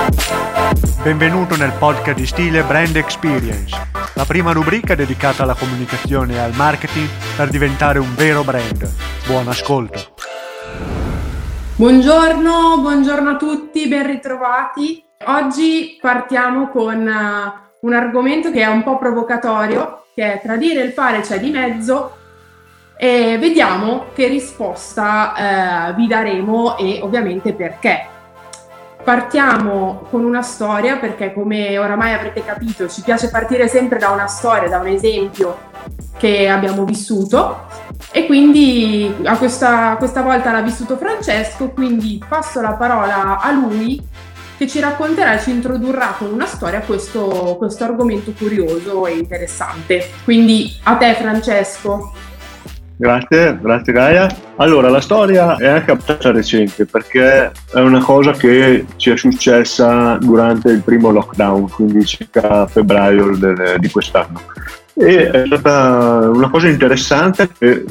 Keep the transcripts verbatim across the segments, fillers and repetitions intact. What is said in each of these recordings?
Benvenuto nel podcast di stile Brand Experience, la prima rubrica dedicata alla comunicazione e al marketing per diventare un vero brand. Buon ascolto. Buongiorno, buongiorno a tutti, ben ritrovati. Oggi partiamo con uh, un argomento che è un po' provocatorio, che è tradire il fare c'è di mezzo, e vediamo che risposta uh, vi daremo e ovviamente perché. Partiamo con una storia perché, come oramai avrete capito, ci piace partire sempre da una storia, da un esempio che abbiamo vissuto, e quindi a questa, questa volta l'ha vissuto Francesco, quindi passo la parola a lui che ci racconterà e ci introdurrà con una storia questo, questo argomento curioso e interessante. Quindi a te, Francesco. Grazie, grazie Gaia. Allora, la storia è anche abbastanza recente perché è una cosa che ci è successa durante il primo lockdown, quindi circa febbraio del, di quest'anno. E è stata una cosa interessante che eh,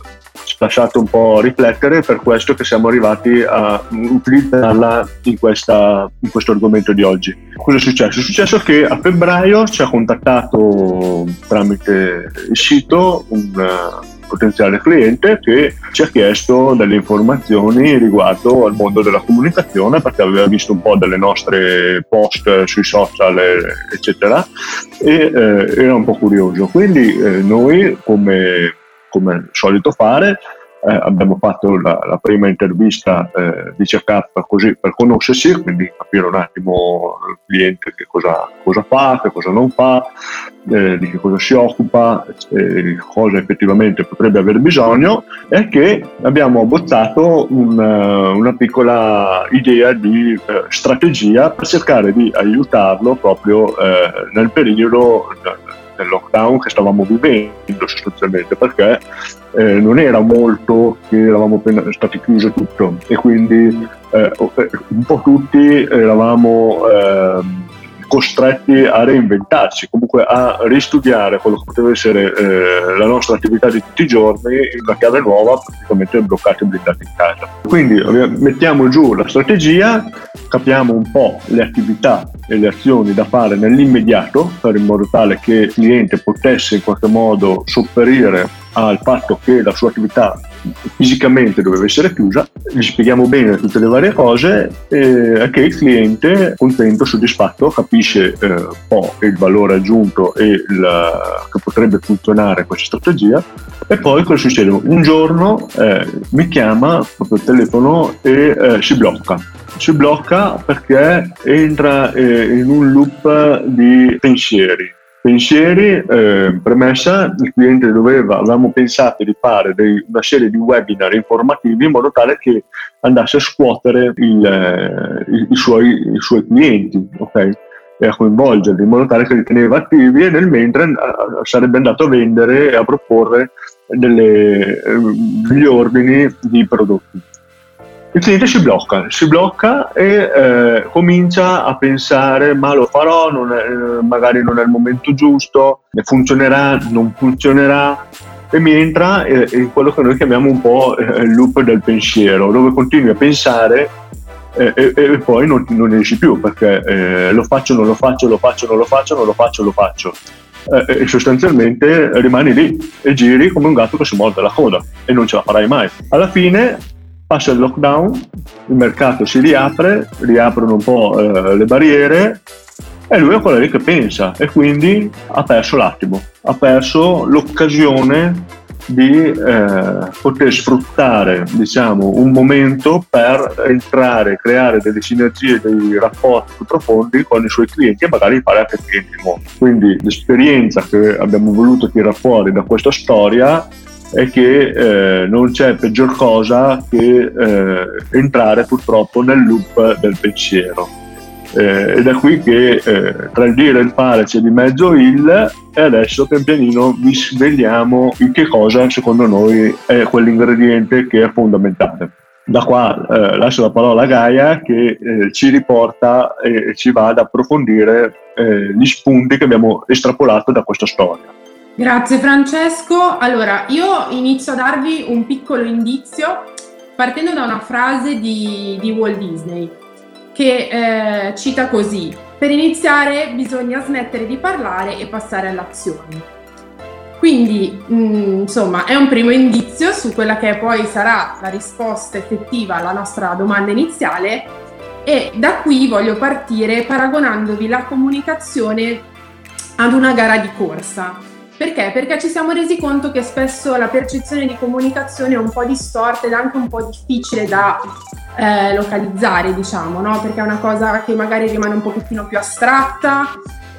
ci ha lasciato un po' riflettere, per questo che siamo arrivati a utilizzarla in, questa, in questo argomento di oggi. Cosa è successo? È successo che a febbraio ci ha contattato tramite il sito un potenziale cliente che ci ha chiesto delle informazioni riguardo al mondo della comunicazione, perché aveva visto un po' delle nostre post sui social eccetera, e eh, era un po' curioso. Quindi eh, noi, come come solito fare, eh, abbiamo fatto la, la prima intervista eh, di check-up così per conoscersi, quindi capire un attimo il cliente che cosa, cosa fa, che cosa non fa, eh, di che cosa si occupa, eh, cosa effettivamente potrebbe aver bisogno, e che abbiamo abbozzato un, una piccola idea di eh, strategia per cercare di aiutarlo proprio eh, nel periodo del lockdown che stavamo vivendo sostanzialmente, perché eh, non era molto che eravamo appena stati chiusi tutto, e quindi eh, un po' tutti eravamo eh, costretti a reinventarci, comunque a ristudiare quello che poteva essere eh, la nostra attività di tutti i giorni in una chiave nuova, praticamente bloccati e blindati in casa. Quindi mettiamo giù la strategia, capiamo un po' le attività e le azioni da fare nell'immediato, per in modo tale che il cliente potesse in qualche modo sopperire al fatto che la sua attività fisicamente doveva essere chiusa, gli spieghiamo bene tutte le varie cose e che il cliente, contento, soddisfatto, capisce eh, un po' il valore aggiunto e il, che potrebbe funzionare questa strategia. E poi cosa succede? Un giorno eh, mi chiama proprio il telefono e eh, si blocca. Si blocca perché entra eh, in un loop di pensieri. Pensieri, eh, premessa, il cliente doveva, avevamo pensato di fare dei, una serie di webinar informativi in modo tale che andasse a scuotere il, eh, i, i, suoi, i suoi clienti, ok? E a coinvolgerli in modo tale che li teneva attivi, e nel mentre eh, sarebbe andato a vendere e a proporre delle, eh, degli ordini di prodotti. Il cliente si blocca, si blocca e eh, comincia a pensare: ma lo farò, non è, magari non è il momento giusto, funzionerà, non funzionerà, e mi entra eh, in quello che noi chiamiamo un po' eh, il loop del pensiero, dove continui a pensare eh, e, e poi non, non esci più, perché eh, lo faccio, non lo faccio, lo faccio, non lo faccio, non lo faccio, lo faccio. Eh, e sostanzialmente rimani lì e giri come un gatto che si morde la coda e non ce la farai mai. Alla fine passa il lockdown, il mercato si riapre, riaprono un po' eh, le barriere, e lui è quello lì che pensa, e quindi ha perso l'attimo, ha perso l'occasione di eh, poter sfruttare, diciamo, un momento per entrare, creare delle sinergie, dei rapporti più profondi con i suoi clienti e magari fare anche clienti nuovi. Quindi l'esperienza che abbiamo voluto tirare fuori da questa storia è che eh, non c'è peggior cosa che eh, entrare purtroppo nel loop del pensiero. Eh, ed è qui che eh, tra il dire e il fare c'è di mezzo il, e adesso pian pianino vi svegliamo in che cosa secondo noi è quell'ingrediente che è fondamentale. Da qua eh, lascio la parola a Gaia che eh, ci riporta e ci va ad approfondire eh, gli spunti che abbiamo estrapolato da questa storia. Grazie Francesco. Allora, io inizio a darvi un piccolo indizio partendo da una frase di, di Walt Disney. che eh, cita così: per iniziare bisogna smettere di parlare e passare alle azioni. Quindi mh, insomma è un primo indizio su quella che poi sarà la risposta effettiva alla nostra domanda iniziale, e da qui voglio partire paragonandovi la comunicazione ad una gara di corsa. Perché? Perché ci siamo resi conto che spesso la percezione di comunicazione è un po' distorta ed anche un po' difficile da eh, localizzare, diciamo, no? Perché è una cosa che magari rimane un pochettino più astratta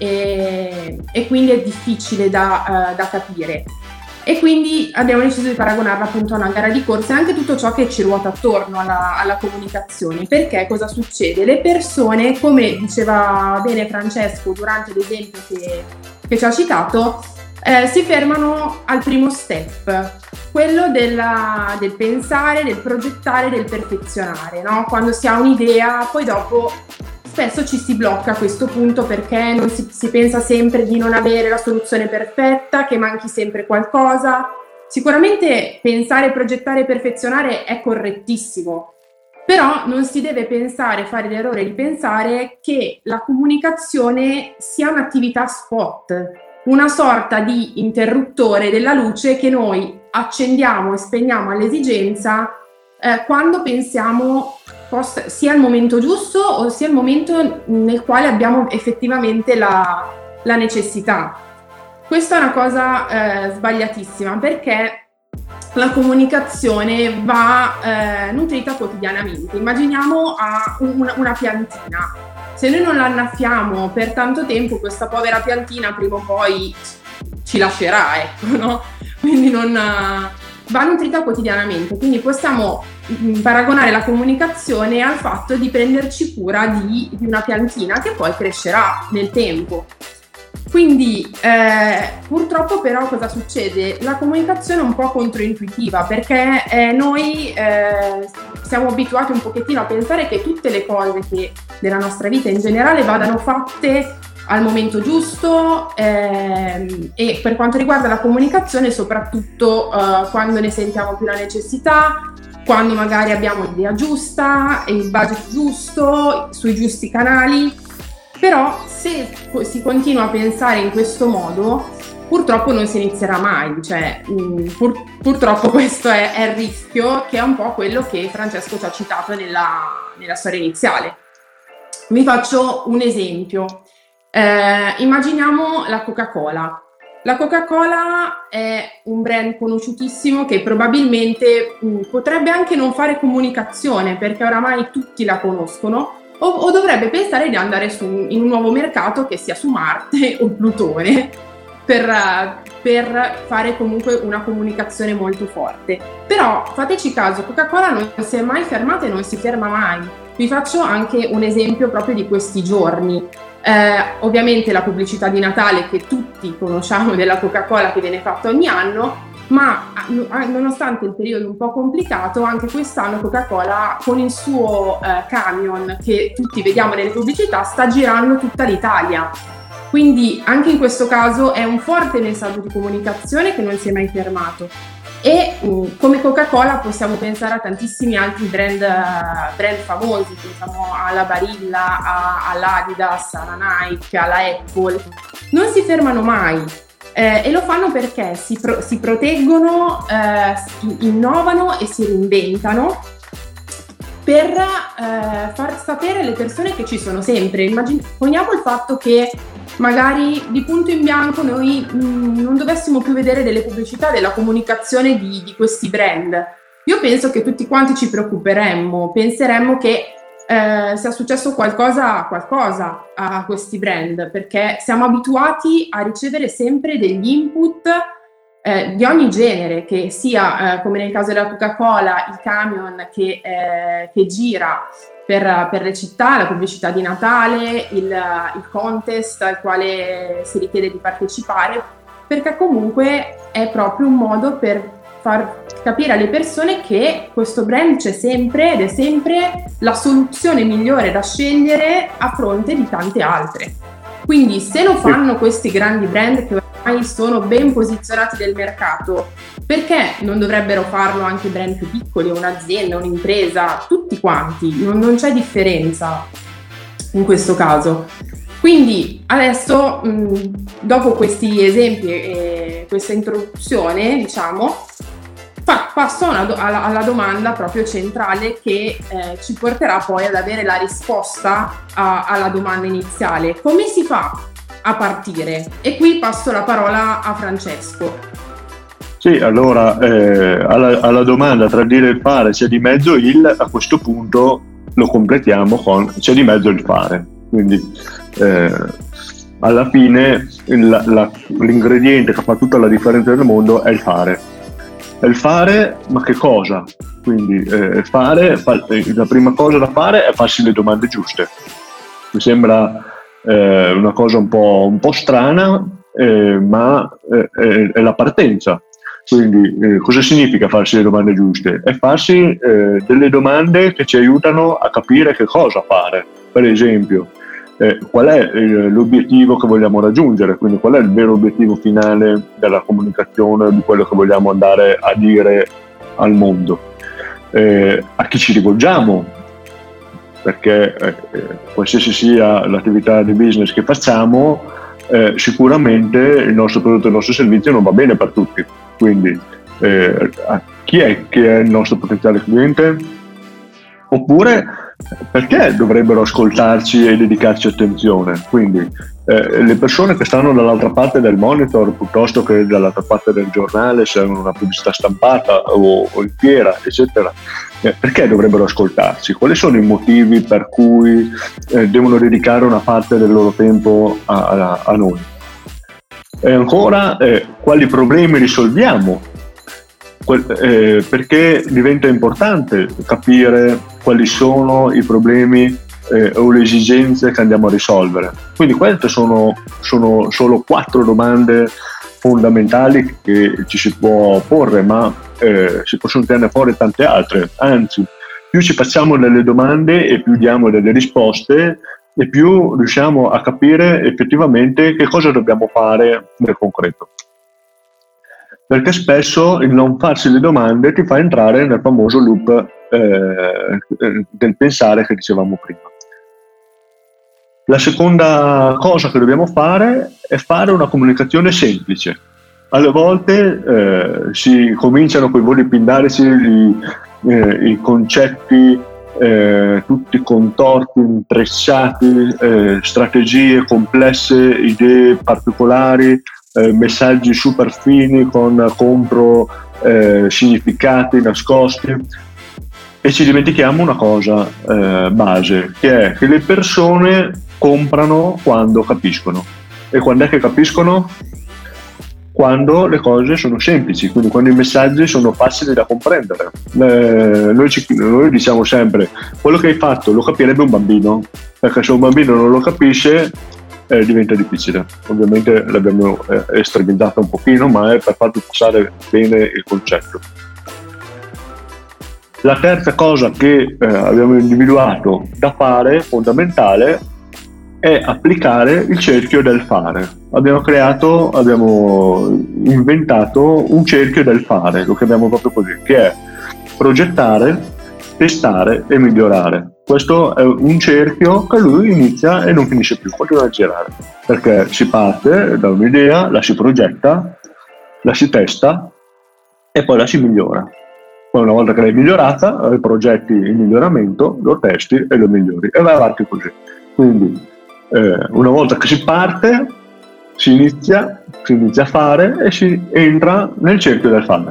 e, e quindi è difficile da, uh, da capire. E quindi abbiamo deciso di paragonarla appunto a una gara di corsa e anche tutto ciò che ci ruota attorno alla, alla comunicazione. Perché cosa succede? Le persone, come diceva bene Francesco durante l'esempio che, che ci ha citato, Eh, si fermano al primo step, quello della, del pensare, del progettare, del perfezionare, no? Quando si ha un'idea, poi dopo spesso ci si blocca a questo punto perché non si, si pensa sempre di non avere la soluzione perfetta, che manchi sempre qualcosa. Sicuramente pensare, progettare e perfezionare è correttissimo, però non si deve pensare, fare l'errore di pensare che la comunicazione sia un'attività spot, una sorta di interruttore della luce che noi accendiamo e spegniamo all'esigenza eh, quando pensiamo possa, sia il momento giusto o sia il momento nel quale abbiamo effettivamente la, la necessità. Questa è una cosa eh, sbagliatissima, perché la comunicazione va eh, nutrita quotidianamente. Immaginiamo a un, una piantina. Se noi non la annaffiamo per tanto tempo, questa povera piantina prima o poi ci lascerà, ecco, no? Quindi non va nutrita quotidianamente. Quindi possiamo mh, paragonare la comunicazione al fatto di prenderci cura di, di una piantina che poi crescerà nel tempo. Quindi eh, purtroppo però cosa succede? La comunicazione è un po' controintuitiva, perché eh, noi eh, siamo abituati un pochettino a pensare che tutte le cose che della nostra vita in generale vadano fatte al momento giusto, ehm, e per quanto riguarda la comunicazione soprattutto eh, quando ne sentiamo più la necessità, quando magari abbiamo l'idea giusta, il budget giusto, sui giusti canali. Però se si continua a pensare in questo modo, purtroppo non si inizierà mai, cioè pur, purtroppo questo è, è il rischio, che è un po' quello che Francesco ci ha citato nella, nella storia iniziale. Vi faccio un esempio. Eh, immaginiamo la Coca-Cola. La Coca-Cola è un brand conosciutissimo che probabilmente mh, potrebbe anche non fare comunicazione, perché oramai tutti la conoscono, O, o dovrebbe pensare di andare su, in un nuovo mercato che sia su Marte o Plutone per, per fare comunque una comunicazione molto forte. Però fateci caso, Coca-Cola non si è mai fermata e non si ferma mai. Vi faccio anche un esempio proprio di questi giorni. Eh, ovviamente la pubblicità di Natale che tutti conosciamo della Coca-Cola, che viene fatta ogni anno, ma nonostante il periodo un po' complicato, anche quest'anno Coca-Cola con il suo eh, camion che tutti vediamo nelle pubblicità sta girando tutta l'Italia. Quindi anche in questo caso è un forte messaggio di comunicazione che non si è mai fermato. E mh, come Coca-Cola possiamo pensare a tantissimi altri brand, brand famosi, pensiamo alla Barilla, a, all'Adidas, alla Nike, alla Apple. Non si fermano mai. Eh, e lo fanno perché si, pro- si proteggono, eh, innovano e si reinventano per eh, far sapere alle persone che ci sono sempre. Immagin- poniamo il fatto che magari di punto in bianco noi mh, non dovessimo più vedere delle pubblicità della comunicazione di, di questi brand. Io penso che tutti quanti ci preoccuperemmo, penseremmo che Eh, sia successo qualcosa, qualcosa a questi brand, perché siamo abituati a ricevere sempre degli input eh, di ogni genere, che sia eh, come nel caso della Coca-Cola il camion che, eh, che gira per, per le città, la pubblicità di Natale, il, il contest al quale si richiede di partecipare, perché comunque è proprio un modo per far capire alle persone che questo brand c'è sempre ed è sempre la soluzione migliore da scegliere a fronte di tante altre. Quindi se lo fanno questi grandi brand che ormai sono ben posizionati nel mercato, perché non dovrebbero farlo anche brand più piccoli, un'azienda, un'impresa, tutti quanti? Non, non c'è differenza. in questo caso. Quindi adesso, mh, dopo questi esempi e questa introduzione, diciamo, fa, passo una do- alla, alla domanda proprio centrale che eh, ci porterà poi ad avere la risposta a, alla domanda iniziale. Come si fa a partire? E qui passo la parola a Francesco. Sì, allora eh, alla, alla domanda tra dire e il fare c'è di mezzo il, a questo punto lo completiamo con c'è di mezzo il fare. Quindi eh, alla fine il, la, l'ingrediente che fa tutta la differenza del mondo è il fare. È il fare, ma che cosa? Quindi eh, fare, fa, la prima cosa da fare è farsi le domande giuste. Mi sembra eh, una cosa un po', un po' strana, eh, ma eh, è, è la partenza. Quindi eh, cosa significa farsi le domande giuste? È farsi eh, delle domande che ci aiutano a capire che cosa fare. Per esempio, eh, qual è eh, l'obiettivo che vogliamo raggiungere, quindi qual è il vero obiettivo finale della comunicazione, di quello che vogliamo andare a dire al mondo. Eh, a chi ci rivolgiamo, perché eh, qualsiasi sia l'attività di business che facciamo, eh, sicuramente il nostro prodotto e il nostro servizio non va bene per tutti. Quindi eh, a chi è che è il nostro potenziale cliente? Oppure perché dovrebbero ascoltarci e dedicarci attenzione? Quindi eh, le persone che stanno dall'altra parte del monitor piuttosto che dall'altra parte del giornale, se è una pubblicità stampata o, o in fiera, eccetera, eh, perché dovrebbero ascoltarci? Quali sono i motivi per cui eh, devono dedicare una parte del loro tempo a, a, a noi? E ancora, eh, quali problemi risolviamo? Que- eh, perché diventa importante capire quali sono i problemi eh, o le esigenze che andiamo a risolvere. Quindi queste sono, sono solo quattro domande fondamentali che ci si può porre, ma eh, si possono tenere fuori tante altre. Anzi, più ci facciamo delle domande e più diamo delle risposte, e più riusciamo a capire effettivamente che cosa dobbiamo fare nel concreto. Perché spesso il non farsi le domande ti fa entrare nel famoso loop eh, del pensare che dicevamo prima. La seconda cosa che dobbiamo fare è fare una comunicazione semplice. Alle volte eh, si cominciano con i voli pindarici, i, eh, i concetti Eh, tutti contorti, intrecciati, eh, strategie complesse, idee particolari, eh, messaggi super fini con contro eh, significati nascosti, e ci dimentichiamo una cosa eh, base, che è che le persone comprano quando capiscono. E quando è che capiscono? Quando le cose sono semplici, quindi quando i messaggi sono facili da comprendere. Eh, noi, ci, noi diciamo sempre, quello che hai fatto lo capirebbe un bambino, perché se un bambino non lo capisce eh, diventa difficile. Ovviamente l'abbiamo eh, estremizzata un pochino, ma è per farvi passare bene il concetto. La terza cosa che eh, abbiamo individuato da fare, fondamentale, è applicare il cerchio del fare. Abbiamo creato, abbiamo inventato un cerchio del fare, lo chiamiamo proprio così, che è progettare, testare e migliorare. Questo è un cerchio che lui inizia e non finisce più, continua a girare, perché si parte da un'idea, la si progetta, la si testa e poi la si migliora. Poi una volta che l'hai migliorata, progetti il miglioramento, lo testi e lo migliori e vai avanti così. Quindi Eh, una volta che si parte, si inizia, si inizia a fare e si entra nel cerchio del fare.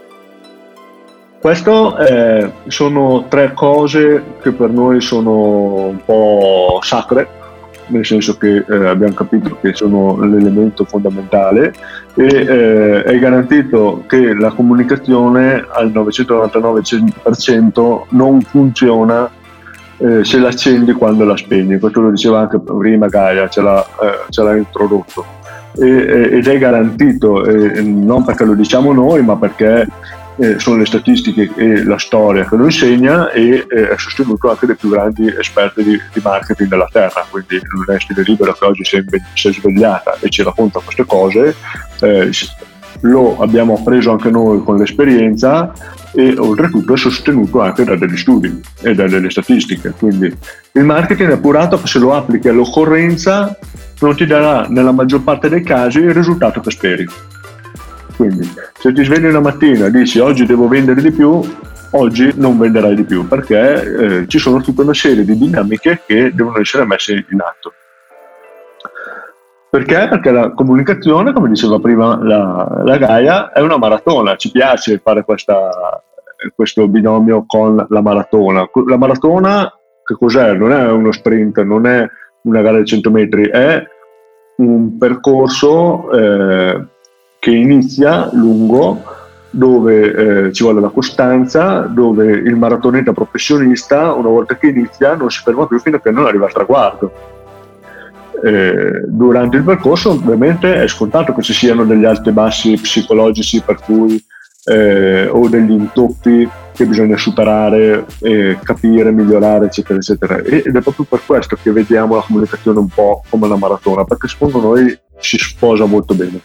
Questo eh, sono tre cose che per noi sono un po' sacre, nel senso che eh, abbiamo capito che sono l'elemento fondamentale e eh, è garantito che la comunicazione al novecentonovantanove per cento non funziona Eh, se l'accendi quando la spegni. Questo lo diceva anche prima Gaia, ce l'ha, eh, ce l'ha introdotto e, e, ed è garantito eh, non perché lo diciamo noi, ma perché eh, sono le statistiche e la storia che lo insegna, e eh, è sostenuto anche dai più grandi esperti di, di marketing della terra. Quindi non è Stile Libero che oggi si è, si è svegliata e ci racconta queste cose, eh, lo abbiamo appreso anche noi con l'esperienza e oltretutto è sostenuto anche da degli studi e da delle statistiche. Quindi il marketing è appurato che se lo applichi all'occorrenza non ti darà nella maggior parte dei casi il risultato che speri. Quindi se ti svegli una mattina e dici oggi devo vendere di più, oggi non venderai di più, perché eh, ci sono tutta una serie di dinamiche che devono essere messe in atto. Perché? Perché la comunicazione, come diceva prima la, la Gaia, è una maratona. Ci piace fare questa, questo binomio con la maratona. La maratona che cos'è? Non è uno sprint, non è una gara di cento metri, è un percorso eh, che inizia lungo, dove eh, ci vuole la costanza, dove il maratoneta professionista, una volta che inizia, non si ferma più fino a che non arriva al traguardo. Eh, durante il percorso ovviamente è scontato che ci siano degli alti e bassi psicologici, per cui eh, o degli intoppi che bisogna superare, eh, capire, migliorare, eccetera eccetera, ed è proprio per questo che vediamo la comunicazione un po' come una maratona, perché secondo noi si sposa molto bene.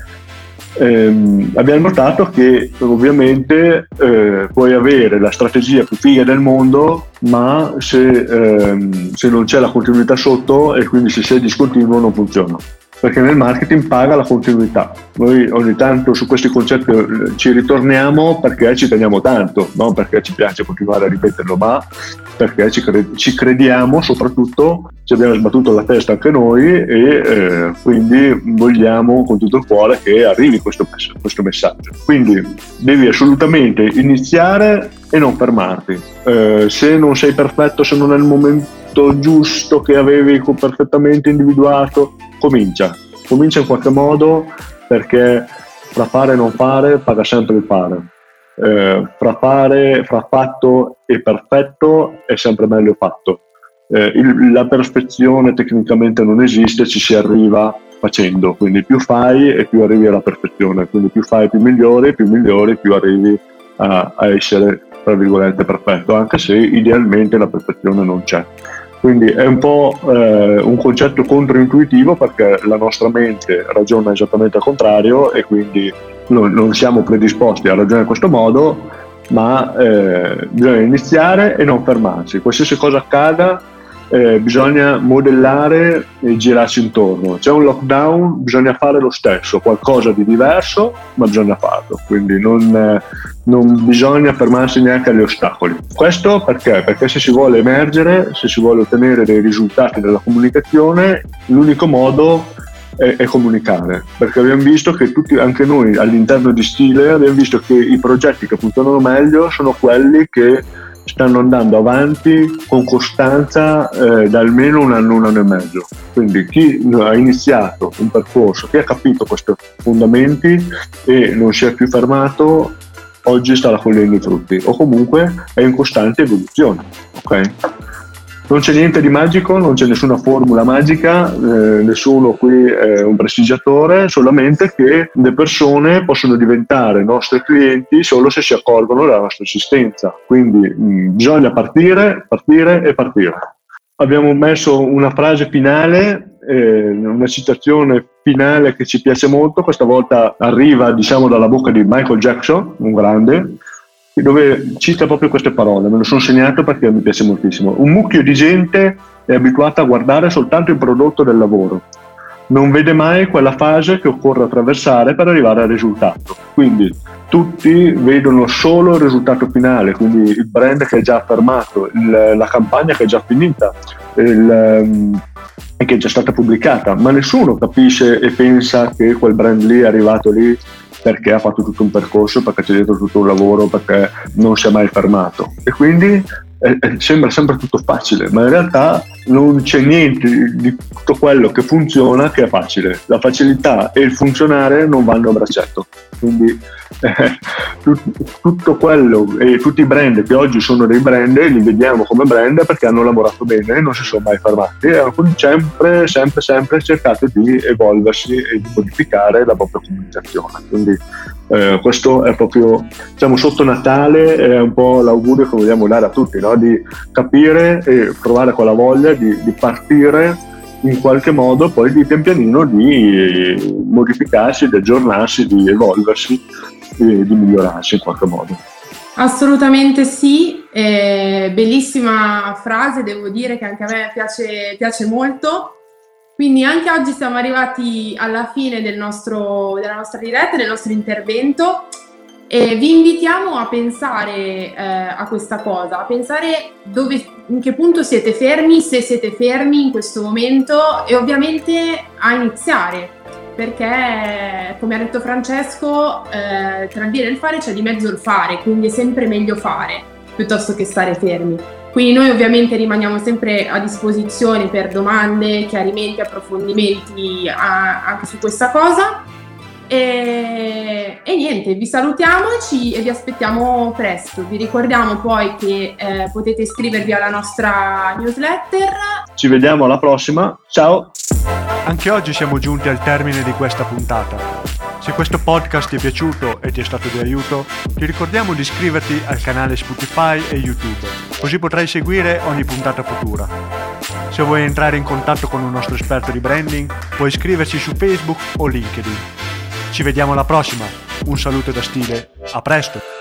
Eh, abbiamo notato che ovviamente eh, puoi avere la strategia più figa del mondo, ma se, ehm, se non c'è la continuità sotto, e quindi se sei discontinuo, non funziona, perché nel marketing paga la continuità. Noi ogni tanto su questi concetti ci ritorniamo perché ci teniamo tanto, non perché ci piace continuare a ripeterlo, ma perché ci, cred- ci crediamo, soprattutto ci abbiamo sbattuto la testa anche noi, e eh, quindi vogliamo con tutto il cuore che arrivi questo, questo messaggio. Quindi devi assolutamente iniziare e non fermarti. Eh, se non sei perfetto, se non è il momento giusto che avevi perfettamente individuato, comincia. Comincia in qualche modo, perché fra fare e non fare paga sempre il fare. Eh, fra fare, fra fatto e perfetto è sempre meglio fatto. Eh, il, la perfezione tecnicamente non esiste, ci si arriva facendo, quindi più fai e più arrivi alla perfezione, quindi più fai più migliori, più migliori più arrivi a, a essere tra virgolette perfetto, anche se idealmente la perfezione non c'è. Quindi è un po' eh, un concetto controintuitivo, perché la nostra mente ragiona esattamente al contrario e quindi non, non siamo predisposti a ragionare in questo modo, ma eh, bisogna iniziare e non fermarsi. Qualsiasi cosa accada eh, bisogna modellare e girarci intorno. C'è un lockdown, bisogna fare lo stesso, qualcosa di diverso, ma bisogna farlo. Quindi non, eh, non bisogna fermarsi neanche agli ostacoli. Questo perché? Perché se si vuole emergere, se si vuole ottenere dei risultati della comunicazione, l'unico modo è, è comunicare. Perché abbiamo visto che tutti, anche noi all'interno di Stile, abbiamo visto che i progetti che funzionano meglio sono quelli che stanno andando avanti con costanza eh, da almeno un anno, un anno e mezzo. Quindi chi ha iniziato un percorso, chi ha capito questi fondamenti e non si è più fermato, oggi sta raccogliendo i frutti, o comunque è in costante evoluzione. Ok? Non c'è niente di magico, non c'è nessuna formula magica, eh, nessuno qui è un prestigiatore, solamente che le persone possono diventare nostri clienti solo se si accorgono della nostra esistenza. Quindi mh, bisogna partire, partire e partire. Abbiamo messo una frase finale, eh, una citazione finale che ci piace molto, questa volta arriva, diciamo, dalla bocca di Michael Jackson, un grande, dove cita proprio queste parole. Me lo sono segnato perché mi piace moltissimo. Un mucchio di gente è abituata a guardare soltanto il prodotto del lavoro, non vede mai quella fase che occorre attraversare per arrivare al risultato. Quindi tutti vedono solo il risultato finale, quindi il brand che è già affermato, il, la campagna che è già finita, il, um, e che è già stata pubblicata, ma nessuno capisce e pensa che quel brand lì è arrivato lì perché ha fatto tutto un percorso, perché c'è dietro tutto un lavoro, perché non si è mai fermato. E quindi eh, sembra sempre tutto facile, ma in realtà non c'è niente di tutto quello che funziona che è facile. La facilità e il funzionare non vanno a braccetto. Quindi eh, tutto quello e tutti i brand che oggi sono dei brand, li vediamo come brand perché hanno lavorato bene e non si sono mai fermati, e hanno sempre, sempre, sempre cercato di evolversi e di modificare la propria comunicazione. Quindi eh, questo è proprio, diciamo, sotto Natale è un po' l'augurio che vogliamo dare a tutti, no? Di capire e provare quella voglia di, di partire in qualche modo poi di pian pianino di modificarsi, di aggiornarsi, di evolversi e di migliorarsi in qualche modo. Assolutamente sì, eh, bellissima frase, devo dire che anche a me piace, piace molto. Quindi anche oggi siamo arrivati alla fine del nostro, della nostra diretta, del nostro intervento, e vi invitiamo a pensare eh, a questa cosa, a pensare dove, in che punto siete fermi, se siete fermi in questo momento, e ovviamente a iniziare, perché come ha detto Francesco, eh, tra il dire e il fare c'è di mezzo il fare, quindi è sempre meglio fare piuttosto che stare fermi. Quindi noi ovviamente rimaniamo sempre a disposizione per domande, chiarimenti, approfondimenti a, anche su questa cosa. E, e niente, vi salutiamo e, ci, e vi aspettiamo presto. Vi ricordiamo poi che eh, potete iscrivervi alla nostra newsletter. Ci vediamo alla prossima, ciao! Anche oggi siamo giunti al termine di questa puntata. Se questo podcast ti è piaciuto e ti è stato di aiuto, ti ricordiamo di iscriverti al canale Spotify e YouTube, così potrai seguire ogni puntata futura. Se vuoi entrare in contatto con un nostro esperto di branding, puoi iscriverci su Facebook o LinkedIn. Ci vediamo alla prossima, un saluto da Stile, a presto!